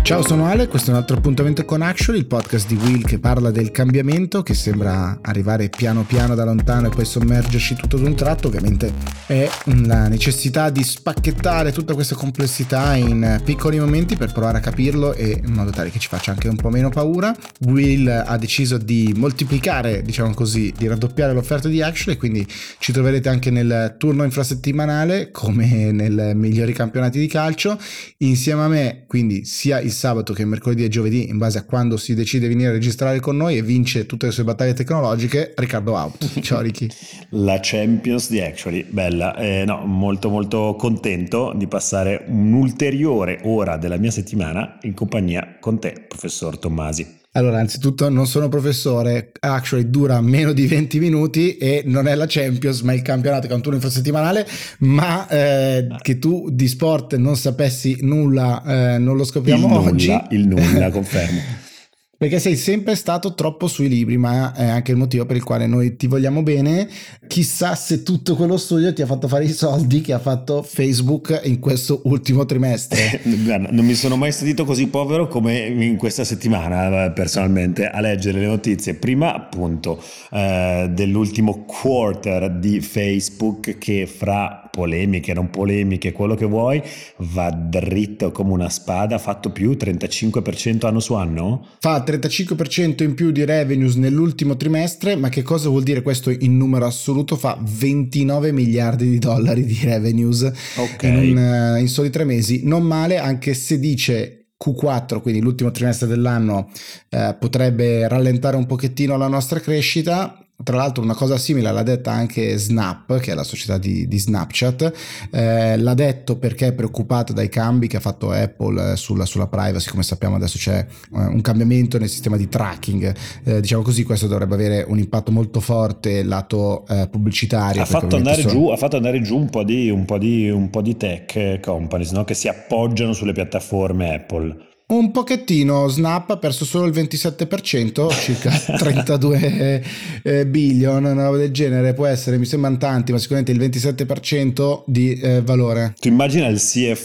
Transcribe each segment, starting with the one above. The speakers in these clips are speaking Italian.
Ciao, sono Ale, questo è un altro appuntamento con Actually, il podcast di Will che parla del cambiamento, che sembra arrivare piano piano da lontano e poi sommergerci tutto d'un tratto. Ovviamente è la necessità di spacchettare tutta questa complessità in piccoli momenti per provare a capirlo e in modo tale che ci faccia anche un po' meno paura. Will ha deciso di moltiplicare, diciamo così, di raddoppiare l'offerta di Actually, quindi ci troverete anche nel turno infrasettimanale come nel migliori campionati di calcio insieme a me, quindi sia il sabato che mercoledì e giovedì in base a quando si decide di venire a registrare con noi e vince tutte le sue battaglie tecnologiche. Riccardo Out. Ciao Ricky. La Champions di Actually, bella, no, molto molto contento di passare un'ulteriore ora della mia settimana in compagnia con te, professor Tommasi. Allora, anzitutto non sono professore, Actually dura meno di 20 minuti e non è la Champions ma il campionato, che è un turno infrasettimanale, ma che tu di sport non sapessi nulla, non lo scopriamo oggi. Il nulla, confermo. Perché sei sempre stato troppo sui libri, ma è anche il motivo per il quale noi ti vogliamo bene. Chissà se tutto quello studio ti ha fatto fare i soldi che ha fatto Facebook in questo ultimo trimestre. Guarda, non mi sono mai sentito così povero come in questa settimana, personalmente, a leggere le notizie. Prima, appunto, dell'ultimo quarter di Facebook che fra polemiche, non polemiche, quello che vuoi, va dritto come una spada, ha fatto più 35% anno su anno? Fa 35% in più di revenues nell'ultimo trimestre, ma che cosa vuol dire questo in numero assoluto? Fa 29 miliardi di dollari di revenues in soli 3 mesi. Non male, anche se dice Q4, quindi l'ultimo trimestre dell'anno, potrebbe rallentare un pochettino la nostra crescita. Tra l'altro una cosa simile l'ha detta anche Snap, che è la società di Snapchat, l'ha detto perché è preoccupato dai cambi che ha fatto Apple sulla privacy. Come sappiamo adesso c'è un cambiamento nel sistema di tracking, diciamo così, questo dovrebbe avere un impatto molto forte lato pubblicitario. Ha fatto andare giù un po' di tech companies, no? Che si appoggiano sulle piattaforme Apple. Un pochettino. Snap ha perso solo il 27%, circa 32 billion, una roba del genere. Può essere, mi sembrano tanti, ma sicuramente il 27% di valore. Tu immagina il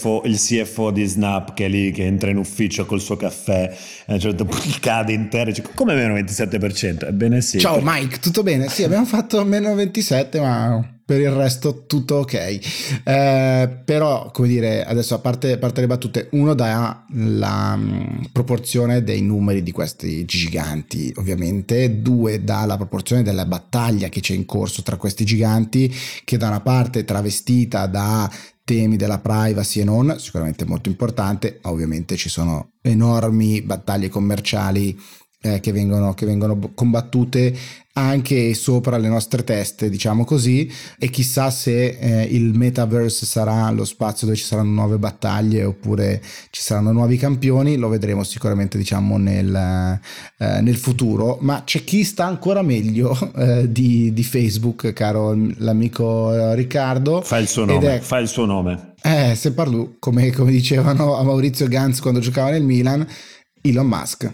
CFO di Snap che è lì, che entra in ufficio col suo caffè, a un certo punto cade in terra e dice: come meno 27%? Ebbene sì. Ciao Mike, tutto bene? Sì, abbiamo fatto meno 27, ma per il resto tutto ok. Però, come dire, adesso a parte le battute, uno dà la proporzione dei numeri di questi giganti, ovviamente. Due, dà la proporzione della battaglia che c'è in corso tra questi giganti, che da una parte è travestita da temi della privacy e non, sicuramente molto importante, ma ovviamente ci sono enormi battaglie commerciali che vengono combattute anche sopra le nostre teste, diciamo così, e chissà se il metaverse sarà lo spazio dove ci saranno nuove battaglie oppure ci saranno nuovi campioni. Lo vedremo sicuramente, diciamo, nel futuro, ma c'è chi sta ancora meglio di Facebook, caro l'amico Riccardo. Fa il suo nome. Se parlo, come dicevano a Maurizio Ganz quando giocava nel Milan, Elon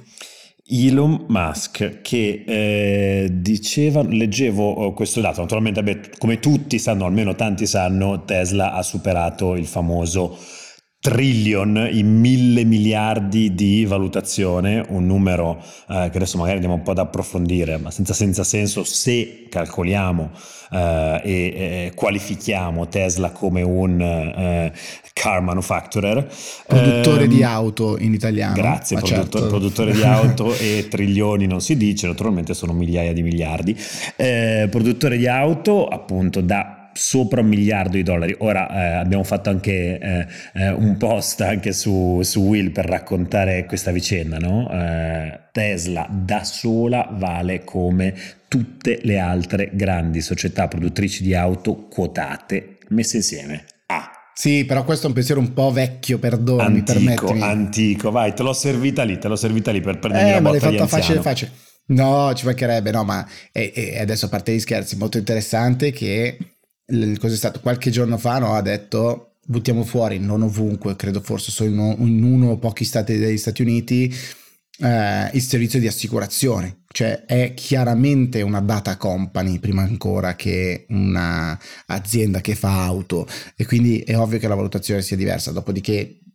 Musk, che leggevo questo dato. Naturalmente, come tutti sanno, almeno tanti sanno, Tesla ha superato il famoso trillion, i 1.000 miliardi di valutazione, un numero che adesso magari andiamo un po' ad approfondire, ma senza senso se calcoliamo e qualifichiamo Tesla come un car manufacturer, produttore di auto in italiano. Grazie, produttore di auto, e trilioni non si dice, naturalmente sono migliaia di miliardi. Produttore di auto, appunto, da sopra $1 miliardo. Ora abbiamo fatto anche un post anche su Will per raccontare questa vicenda, no? Tesla da sola vale come tutte le altre grandi società produttrici di auto quotate messe insieme. Sì, però questo è un pensiero un po' vecchio, perdonami, permettimi. Antico, vai, te l'ho servita lì per prendermi la botta di anziano. Facile. No, ci mancherebbe, no, ma adesso, a parte gli scherzi, molto interessante che cos'è stato qualche giorno fa, no, ha detto buttiamo fuori, non ovunque, credo forse solo in uno o pochi stati degli Stati Uniti, il servizio di assicurazione, cioè è chiaramente una data company prima ancora che una azienda che fa auto, e quindi è ovvio che la valutazione sia diversa. Dopodiché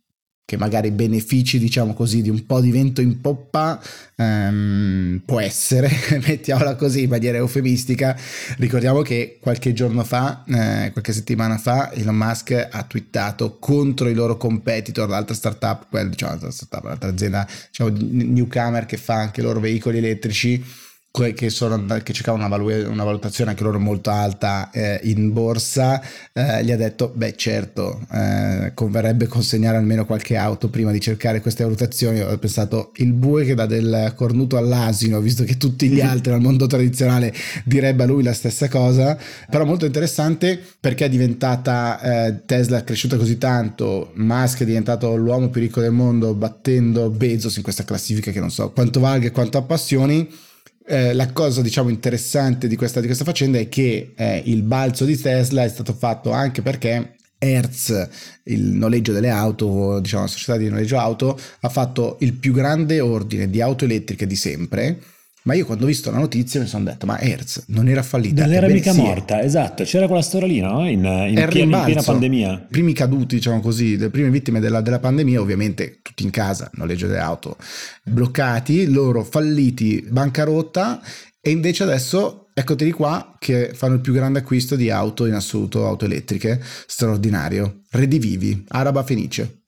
che magari benefici, diciamo così, di un po' di vento in poppa, può essere, mettiamola così in maniera eufemistica. Ricordiamo che qualche giorno fa, qualche settimana fa, Elon Musk ha twittato contro i loro competitor, l'altra startup, l'altra azienda, diciamo, newcomer, che fa anche loro veicoli elettrici, che cercavano una valutazione anche loro molto alta in borsa. Gli ha detto certo, converrebbe consegnare almeno qualche auto prima di cercare queste valutazioni. Ho pensato, il bue che dà del cornuto all'asino, visto che tutti gli altri nel mondo tradizionale direbbe a lui la stessa cosa. Però molto interessante, perché è diventata Tesla è cresciuta così tanto, Musk è diventato l'uomo più ricco del mondo, battendo Bezos in questa classifica che non so quanto valga e quanto appassioni. La cosa, diciamo, interessante di questa faccenda è che il balzo di Tesla è stato fatto anche perché Hertz, il noleggio delle auto, diciamo la società di noleggio auto, ha fatto il più grande ordine di auto elettriche di sempre. Ma io quando ho visto la notizia mi sono detto, ma Hertz non era fallita? Non era mica morta, esatto, c'era quella storia lì, no? In piena pandemia. I primi caduti, diciamo così, le prime vittime della pandemia, ovviamente tutti in casa, noleggio delle auto bloccati, loro falliti, bancarotta, e invece adesso eccoti qua che fanno il più grande acquisto di auto in assoluto, auto elettriche, straordinario, redivivi, araba fenice.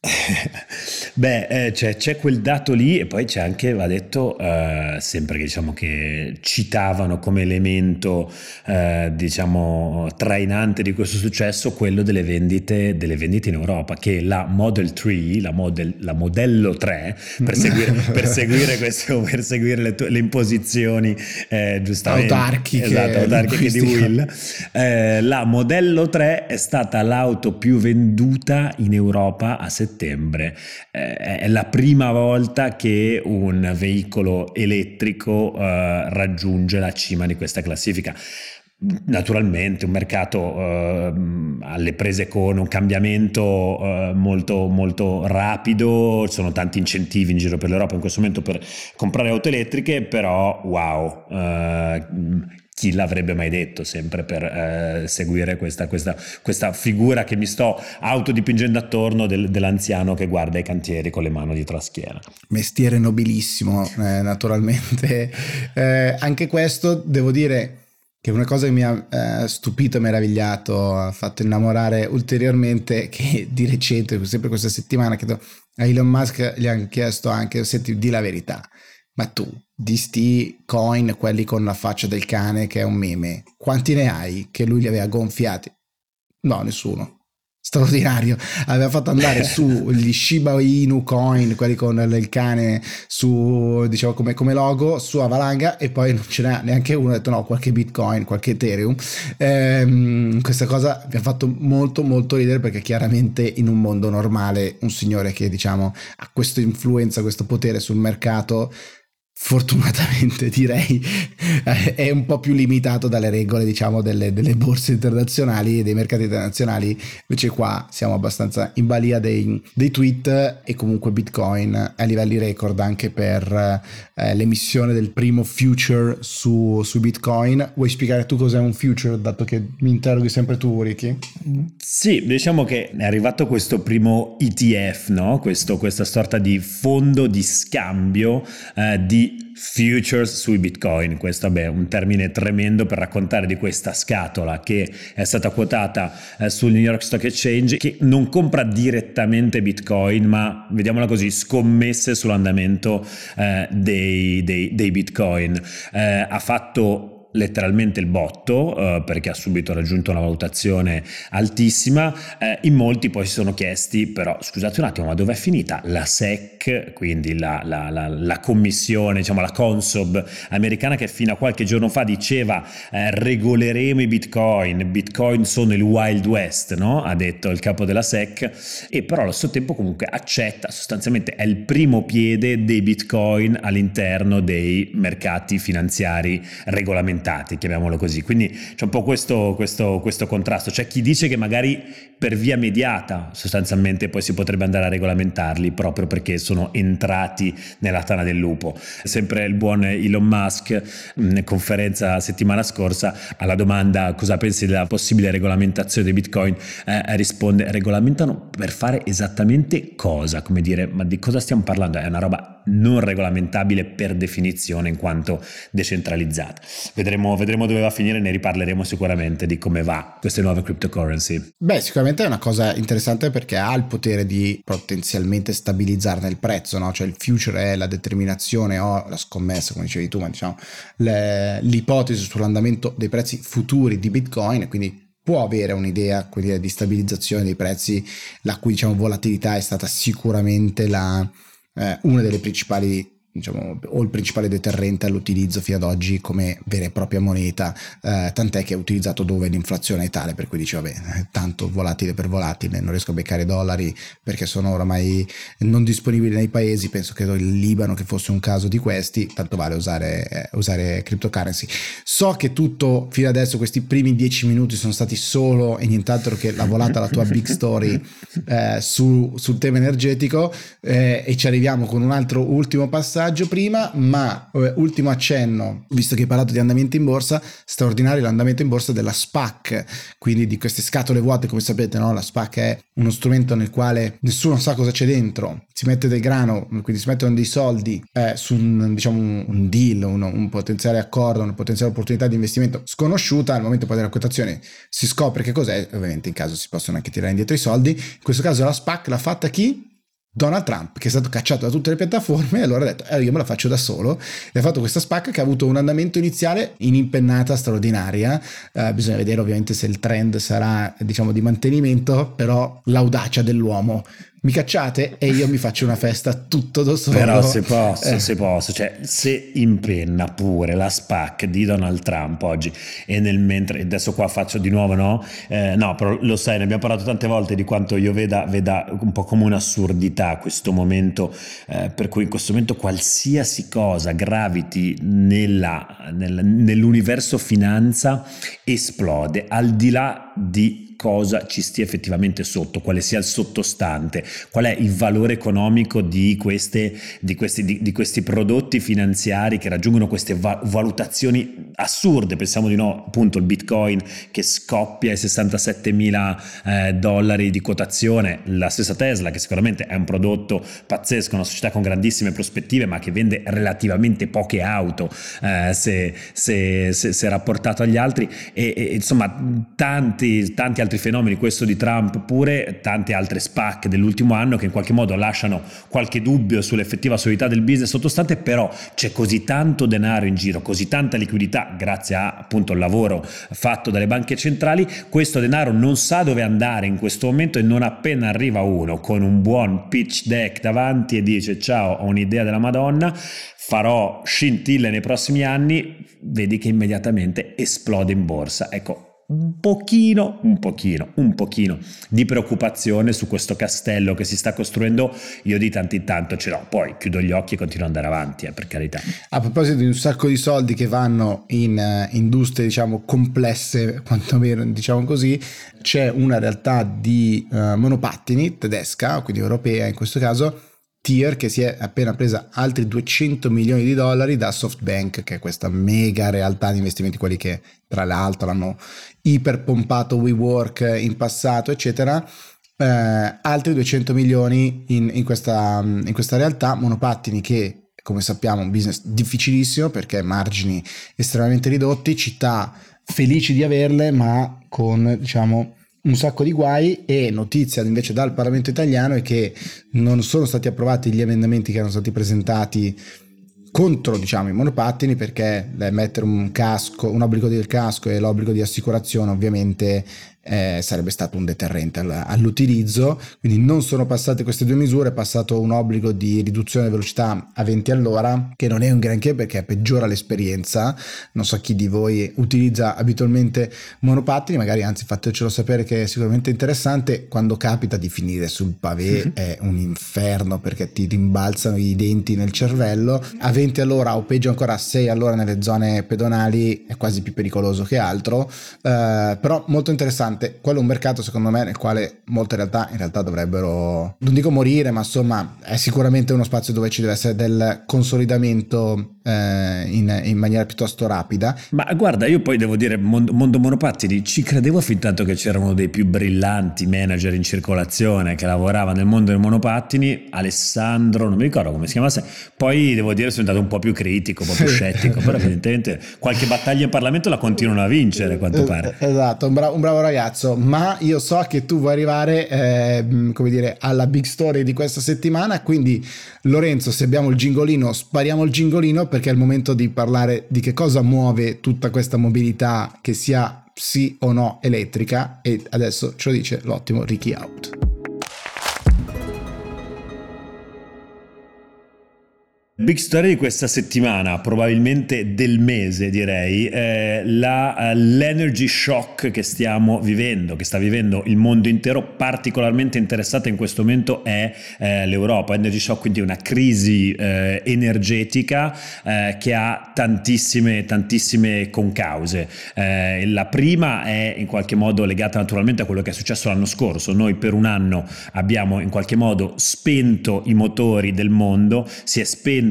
C'è quel dato lì, e poi c'è anche, va detto, sempre che diciamo che citavano come elemento diciamo trainante di questo successo quello delle vendite in Europa, che la Model 3, la modello 3, per seguire le imposizioni giustamente autarchiche di Will, la modello 3 è stata l'auto più venduta in Europa a settembre. È la prima volta che un veicolo elettrico raggiunge la cima di questa classifica. Naturalmente un mercato alle prese con un cambiamento molto molto rapido, ci sono tanti incentivi in giro per l'Europa in questo momento per comprare auto elettriche, però wow, chi l'avrebbe mai detto, sempre per seguire questa figura che mi sto autodipingendo attorno dell'anziano che guarda i cantieri con le mani dietro la schiena. Mestiere nobilissimo, naturalmente. Anche questo devo dire che una cosa che mi ha stupito e meravigliato, ha fatto innamorare ulteriormente, che di recente, sempre questa settimana, credo, a Elon Musk gli hanno chiesto anche, senti, di la verità, ma tu di sti coin, quelli con la faccia del cane che è un meme, quanti ne hai che lui li aveva gonfiati? No, nessuno. Straordinario, aveva fatto andare su gli Shiba Inu coin, quelli con il cane su, diciamo, come logo, su a valanga, e poi non ce n'è neanche uno. Ha detto no, qualche Bitcoin, qualche Ethereum. Questa cosa mi ha fatto molto molto ridere, perché chiaramente in un mondo normale un signore che, diciamo, ha questa influenza, questo potere sul mercato, fortunatamente direi, è un po' più limitato dalle regole, diciamo, delle borse internazionali e dei mercati internazionali. Invece qua siamo abbastanza in balia dei tweet, e comunque Bitcoin a livelli record anche per l'emissione del primo future su Bitcoin. Vuoi spiegare tu cos'è un future, dato che mi interroghi sempre tu, Ricky? Sì, diciamo che è arrivato questo primo ETF, no? Questa sorta di fondo di scambio di futures sui Bitcoin. Questo è un termine tremendo per raccontare di questa scatola che è stata quotata sul New York Stock Exchange, che non compra direttamente Bitcoin, ma, vediamola così, scommesse sull'andamento dei Bitcoin. Ha fatto letteralmente il botto, perché ha subito raggiunto una valutazione altissima. In molti poi si sono chiesti, però scusate un attimo, ma dov'è finita la SEC, quindi la commissione, diciamo la Consob americana, che fino a qualche giorno fa diceva regoleremo i Bitcoin sono il Wild West, no? Ha detto il capo della SEC, e però allo stesso tempo comunque accetta, sostanzialmente è il primo piede dei Bitcoin all'interno dei mercati finanziari regolamentati. regolamentati, chiamiamolo così. Quindi c'è un po' questo contrasto. C'è chi dice che magari per via mediata sostanzialmente poi si potrebbe andare a regolamentarli proprio perché sono entrati nella tana del lupo. Sempre il buon Elon Musk, in conferenza settimana scorsa, alla domanda cosa pensi della possibile regolamentazione dei Bitcoin, risponde: regolamentano per fare esattamente cosa? Come dire, ma di cosa stiamo parlando? È una roba non regolamentabile per definizione in quanto decentralizzata. Vedremo dove va a finire, ne riparleremo sicuramente di come va queste nuove cryptocurrency. Beh, sicuramente è una cosa interessante perché ha il potere di potenzialmente stabilizzarne il prezzo, no? Cioè il future è la determinazione o la scommessa, come dicevi tu, ma diciamo l'ipotesi sull'andamento dei prezzi futuri di Bitcoin, e quindi può avere un'idea, quindi, di stabilizzazione dei prezzi, la cui, diciamo, volatilità è stata sicuramente una delle principali, diciamo, o il principale deterrente all'utilizzo fino ad oggi come vera e propria moneta, tant'è che è utilizzato dove l'inflazione è tale per cui dice vabbè, tanto volatile per volatile, non riesco a beccare dollari perché sono oramai non disponibili nei paesi, penso che il Libano che fosse un caso di questi, tanto vale usare cryptocurrency. So che tutto fino adesso, questi primi 10 minuti sono stati solo e nient'altro che la volata alla tua big story sul tema energetico, e ci arriviamo con un altro ultimo passaggio prima, ma ultimo accenno, visto che hai parlato di andamento in borsa, straordinario l'andamento in borsa della SPAC, quindi di queste scatole vuote, come sapete, no? La SPAC è uno strumento nel quale nessuno sa cosa c'è dentro, si mette del grano, quindi si mettono dei soldi su un deal, un potenziale accordo, una potenziale opportunità di investimento sconosciuta. Al momento poi della quotazione si scopre che cos'è, ovviamente in caso si possono anche tirare indietro i soldi. In questo caso la SPAC l'ha fatta chi? Donald Trump, che è stato cacciato da tutte le piattaforme, e allora ha detto io me la faccio da solo, e ha fatto questa SPAC che ha avuto un andamento iniziale in impennata straordinaria. Bisogna vedere ovviamente se il trend sarà, diciamo, di mantenimento, però l'audacia dell'uomo: mi cacciate e io mi faccio una festa tutto da solo. Però se posso, cioè se impenna pure la SPAC di Donald Trump oggi, e nel mentre, adesso qua faccio di nuovo no, però lo sai, ne abbiamo parlato tante volte di quanto io veda un po' come un'assurdità questo momento, per cui in questo momento qualsiasi cosa graviti nell'universo finanza esplode, al di là di cosa ci stia effettivamente sotto, quale sia il sottostante, qual è il valore economico di questi prodotti finanziari che raggiungono queste valutazioni assurde. Pensiamo di no, appunto, il Bitcoin che scoppia ai $67.000 di quotazione, la stessa Tesla che sicuramente è un prodotto pazzesco, una società con grandissime prospettive ma che vende relativamente poche auto se rapportato agli altri, e insomma tanti altri fenomeni, questo di Trump pure, tante altre SPAC dell'ultimo anno che in qualche modo lasciano qualche dubbio sull'effettiva solidità del business sottostante. Però c'è così tanto denaro in giro, così tanta liquidità grazie a appunto il lavoro fatto dalle banche centrali, questo denaro non sa dove andare in questo momento, e non appena arriva uno con un buon pitch deck davanti e dice ciao, ho un'idea della Madonna, farò scintille nei prossimi anni, vedi che immediatamente esplode in borsa. Ecco, un pochino di preoccupazione su questo castello che si sta costruendo, io di tanto in tanto ce l'ho, poi chiudo gli occhi e continuo ad andare avanti, per carità. A proposito di un sacco di soldi che vanno in industrie, diciamo, complesse, quantomeno, diciamo così, c'è una realtà di monopattini tedesca, quindi europea in questo caso, Tier, che si è appena presa altri $200 milioni da SoftBank, che è questa mega realtà di investimenti, quelli che tra l'altro hanno iperpompato WeWork in passato, eccetera. Altri 200 milioni in questa realtà. Monopattini che, come sappiamo, è un business difficilissimo perché margini estremamente ridotti, città felici di averle ma con, diciamo, un sacco di guai. E notizia invece dal Parlamento italiano è che non sono stati approvati gli emendamenti che erano stati presentati contro, diciamo, i monopattini, perché mettere un obbligo del casco e l'obbligo di assicurazione ovviamente sarebbe stato un deterrente all'utilizzo. Quindi non sono passate queste due misure, è passato un obbligo di riduzione della velocità a 20 all'ora, che non è un granché perché peggiora l'esperienza. Non so chi di voi utilizza abitualmente monopattini, magari anzi fatecelo sapere, che è sicuramente interessante. Quando capita di finire sul pavé è un inferno perché ti rimbalzano i denti nel cervello. A 20 all'ora o peggio ancora a 6 all'ora nelle zone pedonali è quasi più pericoloso che altro, però molto interessante. Quello è un mercato secondo me nel quale molte realtà in realtà dovrebbero, non dico morire, ma insomma è sicuramente uno spazio dove ci deve essere del consolidamento in maniera piuttosto rapida. Ma guarda, io poi devo dire, mondo monopattini, ci credevo fin tanto che c'era uno dei più brillanti manager in circolazione che lavorava nel mondo dei monopattini, Alessandro, non mi ricordo come si chiamasse. Poi devo dire sono stato un po' più critico, un po' più scettico, però evidentemente qualche battaglia in Parlamento la continuano a vincere, a quanto pare. Esatto, un bravo ragazzo. Ma io so che tu vuoi arrivare come dire, alla big story di questa settimana, quindi Lorenzo, se abbiamo il gingolino, spariamo il gingolino, perché è il momento di parlare di che cosa muove tutta questa mobilità, che sia sì o no elettrica, e adesso ce lo dice l'ottimo Ricky Out. Big story di questa settimana, probabilmente del mese direi, l'energy shock che stiamo vivendo, che sta vivendo il mondo intero. Particolarmente interessata in questo momento è l'Europa. Energy shock, quindi una crisi energetica che ha tantissime concause. La prima è in qualche modo legata naturalmente a quello che è successo l'anno scorso. Noi per un anno abbiamo in qualche modo spento i motori del mondo, si è spenta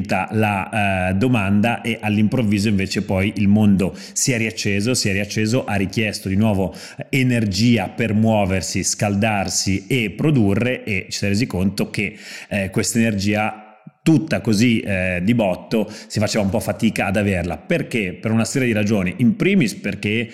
la domanda, e all'improvviso invece poi il mondo si è riacceso, ha richiesto di nuovo energia per muoversi, scaldarsi e produrre, e ci si è resi conto che questa energia tutta così di botto si faceva un po' fatica ad averla. Perché? Per una serie di ragioni. In primis perché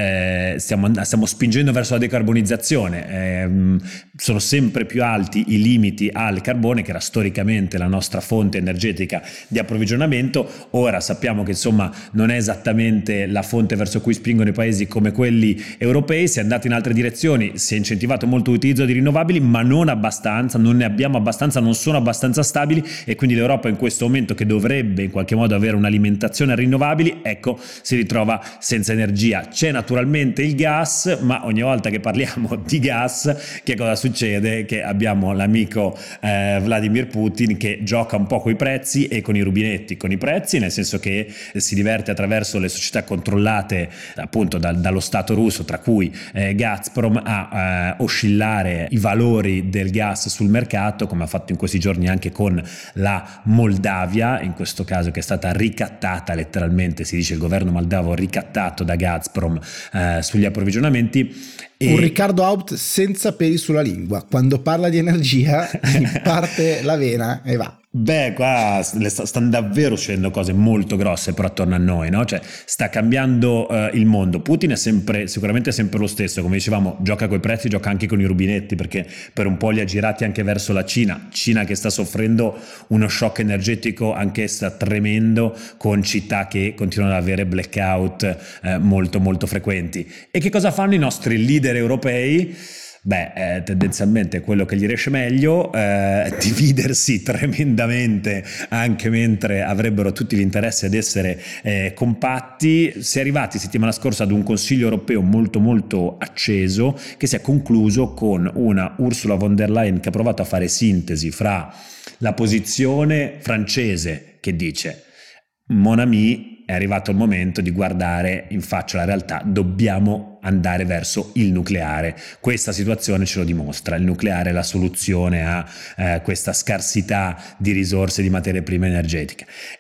stiamo spingendo verso la decarbonizzazione, sono sempre più alti i limiti al carbone, che era storicamente la nostra fonte energetica di approvvigionamento. Ora sappiamo che insomma non è esattamente la fonte verso cui spingono i paesi come quelli europei, si è andato in altre direzioni, si è incentivato molto l'utilizzo di rinnovabili, ma non abbastanza, non ne abbiamo abbastanza, non sono abbastanza stabili, e quindi l'Europa in questo momento, che dovrebbe in qualche modo avere un'alimentazione a rinnovabili, ecco, si ritrova senza energia. C'è naturalmente il gas, ma ogni volta che parliamo di gas, che cosa succede? Che abbiamo l'amico Vladimir Putin che gioca un po' con i prezzi e con i rubinetti, con i prezzi, nel senso che si diverte attraverso le società controllate appunto dallo Stato russo, tra cui Gazprom, a oscillare i valori del gas sul mercato, come ha fatto in questi giorni anche con la Moldavia, in questo caso, che è stata ricattata letteralmente, si dice il governo moldavo ricattato da Gazprom sugli approvvigionamenti. Un Riccardo Out senza peli sulla lingua, quando parla di energia gli parte la vena e va. Beh, qua stanno davvero succedendo cose molto grosse però attorno a noi, no? Cioè sta cambiando il mondo. Putin è sicuramente sempre lo stesso, come dicevamo, gioca coi prezzi, gioca anche con i rubinetti, perché per un po' li ha girati anche verso la Cina che sta soffrendo uno shock energetico anch'essa tremendo, con città che continuano ad avere blackout molto molto frequenti. E che cosa fanno i nostri leader europei? Beh, tendenzialmente quello che gli riesce meglio, dividersi tremendamente anche mentre avrebbero tutti l'interesse ad essere compatti. Si è arrivati settimana scorsa ad un Consiglio europeo molto molto acceso, che si è concluso con una Ursula von der Leyen che ha provato a fare sintesi fra la posizione francese, che dice Mon ami, è arrivato il momento di guardare in faccia la realtà, dobbiamo andare verso il nucleare. Questa situazione ce lo dimostra, il nucleare è la soluzione a questa scarsità di risorse di materie prime energetiche.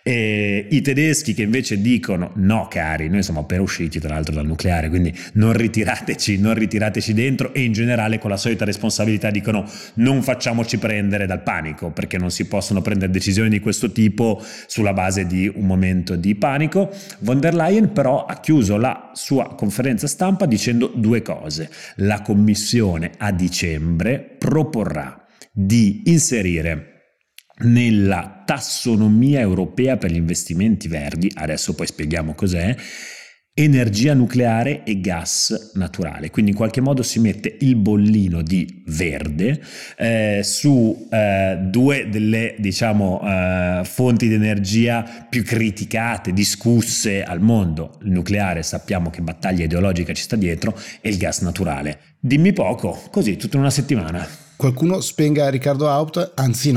E i tedeschi che invece dicono no cari, noi siamo appena usciti tra l'altro dal nucleare, quindi non ritirateci dentro, e in generale con la solita responsabilità dicono non facciamoci prendere dal panico, perché non si possono prendere decisioni di questo tipo sulla base di un momento di panico. Von der Leyen però ha chiuso la sua conferenza stampa dicendo due cose. La Commissione a dicembre proporrà di inserire nella tassonomia europea per gli investimenti verdi, adesso poi spieghiamo cos'è, energia nucleare e gas naturale, quindi in qualche modo si mette il bollino di verde su due delle fonti di energia più criticate, discusse al mondo. Il nucleare, sappiamo che battaglia ideologica ci sta dietro, e il gas naturale. Dimmi poco, così tutta una settimana. Qualcuno spenga Riccardo Haupt? Anzi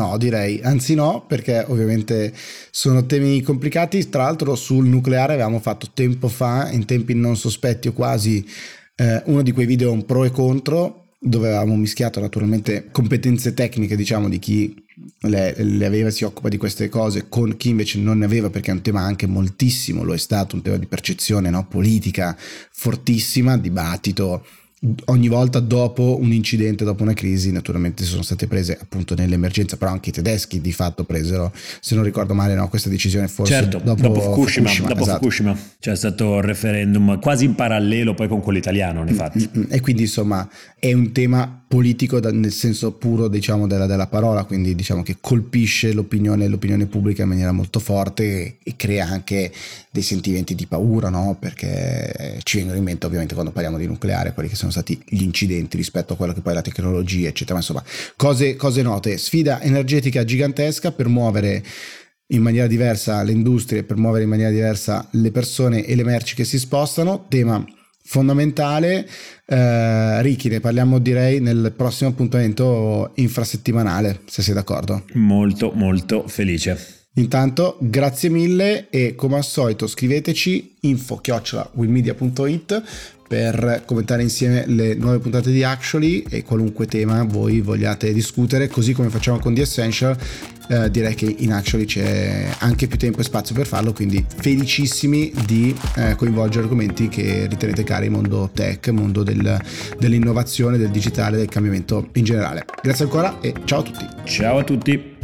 no, perché ovviamente sono temi complicati. Tra l'altro sul nucleare avevamo fatto tempo fa, in tempi non sospetti o quasi, uno di quei video un pro e contro, dove avevamo mischiato naturalmente competenze tecniche, diciamo, di chi le aveva, si occupa di queste cose, con chi invece non ne aveva, perché è un tema anche moltissimo, lo è stato, un tema di percezione, no? Politica fortissima, dibattito. Ogni volta dopo un incidente, dopo una crisi, naturalmente sono state prese, appunto nell'emergenza, però anche i tedeschi di fatto presero, se non ricordo male, no, questa decisione forse certo, dopo Fukushima, Fukushima c'è stato il referendum quasi in parallelo poi con quello italiano, nei fatti. E quindi insomma è un tema politico nel senso puro, diciamo, della parola, quindi diciamo che colpisce l'opinione pubblica in maniera molto forte e crea anche dei sentimenti di paura, no? Perché ci vengono in mente ovviamente quando parliamo di nucleare quelli che sono stati gli incidenti rispetto a quello che poi è la tecnologia, eccetera. Ma insomma cose note. Sfida energetica gigantesca per muovere in maniera diversa le industrie, per muovere in maniera diversa le persone e le merci che si spostano. Tema fondamentale. Ricky, ne parliamo direi nel prossimo appuntamento infrasettimanale, se sei d'accordo. Molto molto felice. Intanto grazie mille e come al solito scriveteci info@willmedia.it per commentare insieme le nuove puntate di Actually e qualunque tema voi vogliate discutere, così come facciamo con The Essential. Direi che in Actually c'è anche più tempo e spazio per farlo, quindi felicissimi di coinvolgere argomenti che ritenete cari, mondo tech, mondo dell'innovazione, del digitale, del cambiamento in generale. Grazie ancora e ciao a tutti. Ciao a tutti.